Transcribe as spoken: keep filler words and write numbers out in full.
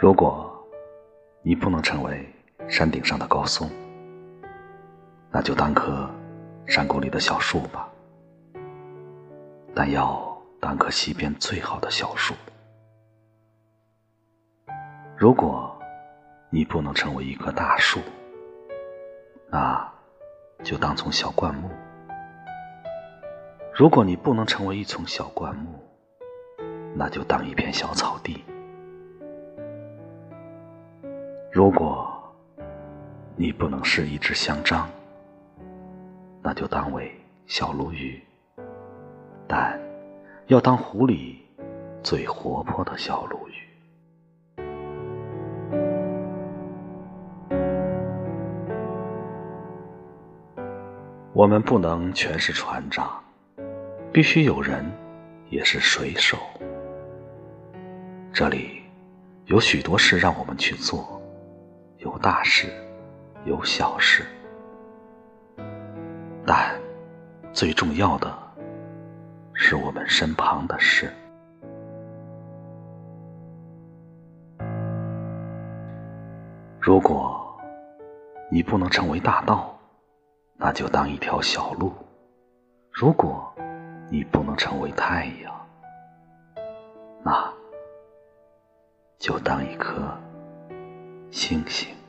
如果你不能成为山顶上的高松，那就当棵山沟里的小树吧，但要当棵溪边最好的小树。如果你不能成为一棵大树，那就当丛小灌木。如果你不能成为一丛小灌木，那就当一片小草地。如果你不能是一只香樟，那就当为小鲈鱼，但要当湖里最活泼的小鲈鱼。我们不能全是船长，必须有人也是水手。这里有许多事让我们去做，有大事，有小事，但最重要的是我们身旁的事。如果你不能成为大道，那就当一条小路；如果你不能成为太阳，那就当一颗星星。